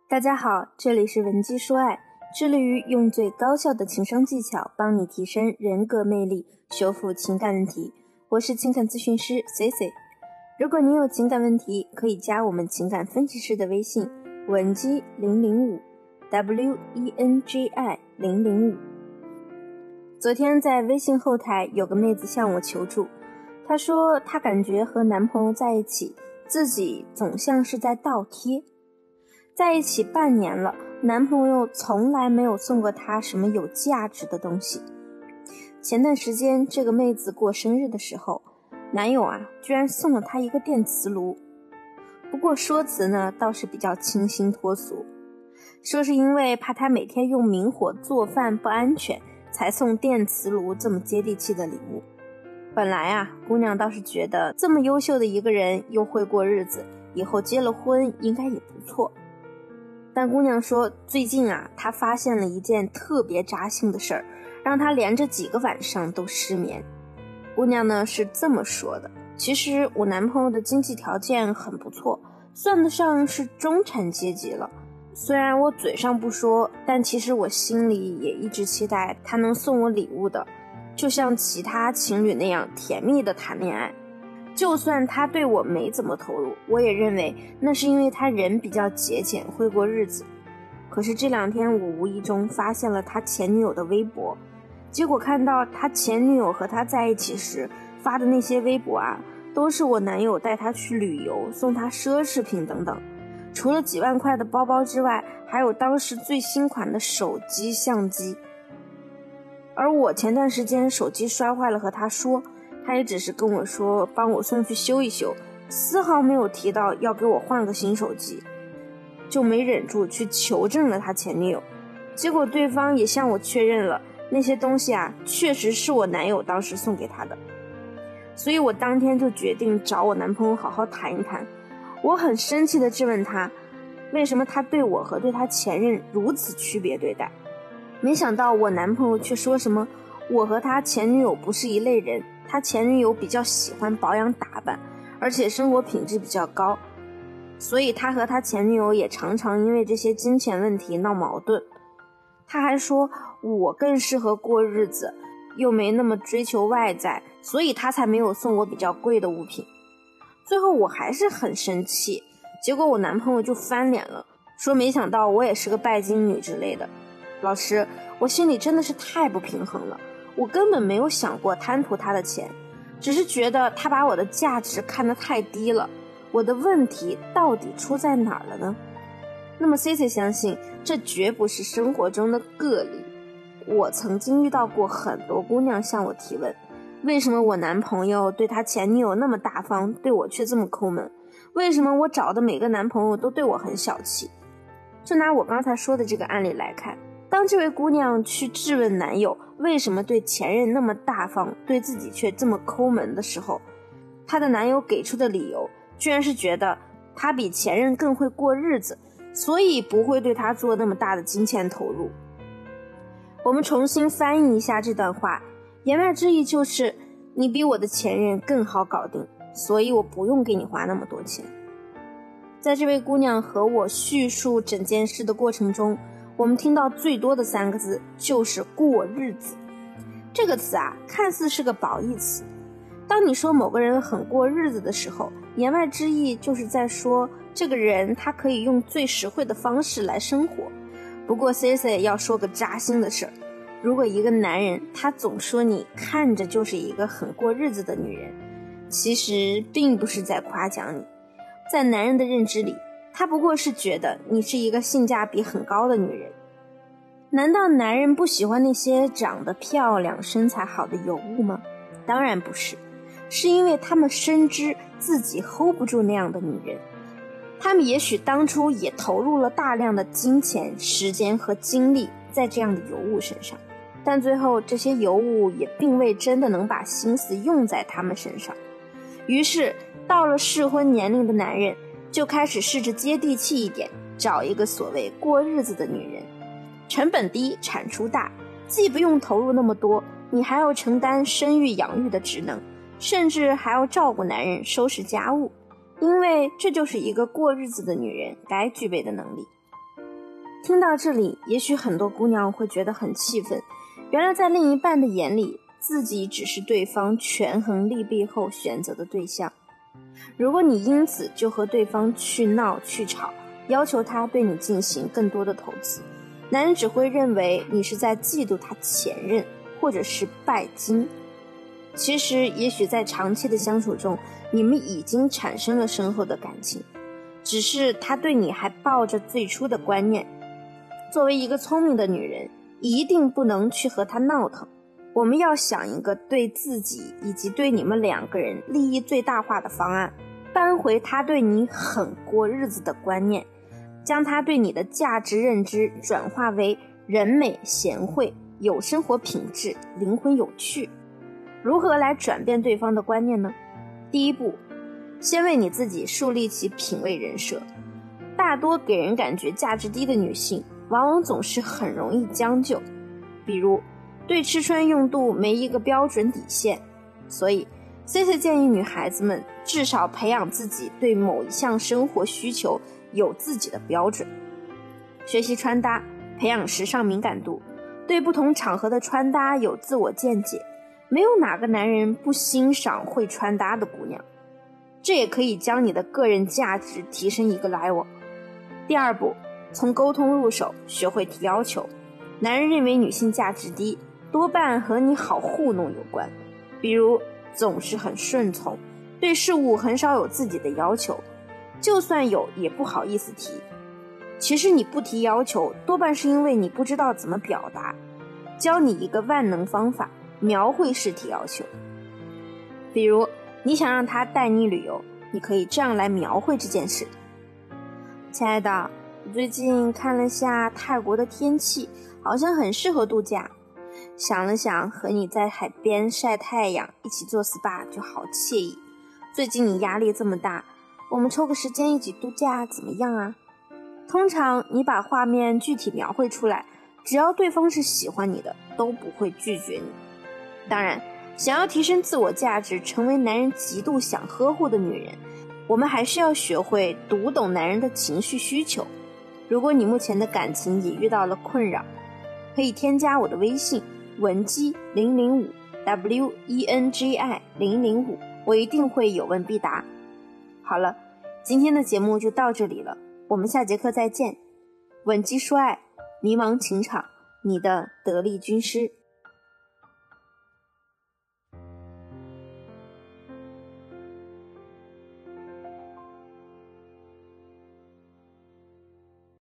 大家好，这里是文姬说爱，致力于用最高效的情商技巧帮你提升人格魅力，修复情感问题。我是情感咨询师 Cici。 如果你有情感问题，可以加我们情感分析师的微信文姬005 WENGI 005。昨天在微信后台有个妹子向我求助，她说她感觉和男朋友在一起，自己总像是在倒贴。在一起半年了，男朋友从来没有送过她什么有价值的东西。前段时间这个妹子过生日的时候，男友居然送了她一个电磁炉。不过说辞呢倒是比较清新脱俗，说是因为怕她每天用明火做饭不安全，才送电磁炉这么接地气的礼物。本来姑娘倒是觉得这么优秀的一个人又会过日子，以后结了婚应该也不错。但姑娘说最近她发现了一件特别扎心的事儿，让她连着几个晚上都失眠。姑娘呢是这么说的，其实我男朋友的经济条件很不错，算得上是中产阶级了。虽然我嘴上不说，但其实我心里也一直期待他能送我礼物的，就像其他情侣那样甜蜜的谈恋爱。就算他对我没怎么投入，我也认为那是因为他人比较节俭，会过日子。可是这两天我无意中发现了他前女友的微博，结果看到他前女友和他在一起时发的那些微博都是我男友带他去旅游，送他奢侈品等等，除了几万块的包包之外，还有当时最新款的手机相机。而我前段时间手机摔坏了和他说，他也只是跟我说帮我送去修一修，丝毫没有提到要给我换个新手机，就没忍住去求证了他前女友。结果对方也向我确认了那些东西确实是我男友当时送给他的。所以我当天就决定找我男朋友好好谈一谈。我很生气地质问他，为什么他对我和对他前任如此区别对待。没想到我男朋友却说什么我和他前女友不是一类人，他前女友比较喜欢保养打扮，而且生活品质比较高，所以他和他前女友也常常因为这些金钱问题闹矛盾。他还说我更适合过日子，又没那么追求外在，所以他才没有送我比较贵的物品。最后我还是很生气，结果我男朋友就翻脸了，说没想到我也是个拜金女之类的。老师，我心里真的是太不平衡了，我根本没有想过贪图他的钱，只是觉得他把我的价值看得太低了。我的问题到底出在哪儿了呢？那么 Cici 相信这绝不是生活中的个例。我曾经遇到过很多姑娘向我提问，为什么我男朋友对他前女友那么大方，对我却这么抠门？为什么我找的每个男朋友都对我很小气？就拿我刚才说的这个案例来看，当这位姑娘去质问男友为什么对前任那么大方，对自己却这么抠门的时候，她的男友给出的理由居然是觉得她比前任更会过日子，所以不会对她做那么大的金钱投入。我们重新翻译一下这段话，言外之意就是你比我的前任更好搞定，所以我不用给你花那么多钱。在这位姑娘和我叙述整件事的过程中，我们听到最多的3个字就是过日子。这个词看似是个褒义词，当你说某个人很过日子的时候，言外之意就是在说这个人他可以用最实惠的方式来生活。不过 Cici 要说个扎心的事儿，如果一个男人他总说你看着就是一个很过日子的女人，其实并不是在夸奖你，在男人的认知里，他不过是觉得你是一个性价比很高的女人。难道男人不喜欢那些长得漂亮身材好的尤物吗？当然不是，是因为他们深知自己 hold 不住那样的女人。他们也许当初也投入了大量的金钱、时间和精力在这样的尤物身上，但最后这些尤物也并未真的能把心思用在他们身上。于是到了适婚年龄的男人就开始试着接地气一点，找一个所谓过日子的女人，成本低，产出大，既不用投入那么多，你还要承担生育养育的职能，甚至还要照顾男人，收拾家务，因为这就是一个过日子的女人该具备的能力。 听到这里，也许很多姑娘会觉得很气愤，原来在另一半的眼里，自己只是对方权衡利弊后选择的对象。如果你因此就和对方去闹去吵，要求他对你进行更多的投资，男人只会认为你是在嫉妒他前任，或者是拜金。其实也许在长期的相处中，你们已经产生了深厚的感情，只是他对你还抱着最初的观念。作为一个聪明的女人，一定不能去和他闹腾。我们要想一个对自己以及对你们两个人利益最大化的方案，扳回他对你很过日子的观念，将他对你的价值认知转化为人美贤惠、有生活品质、灵魂有趣。如何来转变对方的观念呢？第一步，先为你自己树立起品味人设。大多给人感觉价值低的女性，往往总是很容易将就，比如对吃穿用度没一个标准底线。所以 Cici 建议女孩子们至少培养自己对某一项生活需求有自己的标准，学习穿搭，培养时尚敏感度，对不同场合的穿搭有自我见解。没有哪个男人不欣赏会穿搭的姑娘，这也可以将你的个人价值提升一个 level。 第二步，从沟通入手，学会提要求。男人认为女性价值低，多半和你好糊弄有关，比如总是很顺从，对事物很少有自己的要求，就算有也不好意思提。其实你不提要求，多半是因为你不知道怎么表达。教你一个万能方法，描绘式提要求。比如你想让他带你旅游，你可以这样来描绘这件事：亲爱的，我最近看了下泰国的天气，好像很适合度假，想了想和你在海边晒太阳，一起做 SPA 就好惬意。最近你压力这么大，我们抽个时间一起度假怎么样啊？通常你把画面具体描绘出来，只要对方是喜欢你的，都不会拒绝你。当然，想要提升自我价值，成为男人极度想呵护的女人，我们还是要学会读懂男人的情绪需求。如果你目前的感情也遇到了困扰，可以添加我的微信文姬005 WENGI 005，我一定会有问必答。好了，今天的节目就到这里了，我们下节课再见。文姬说爱，迷茫情场，你的得力军师。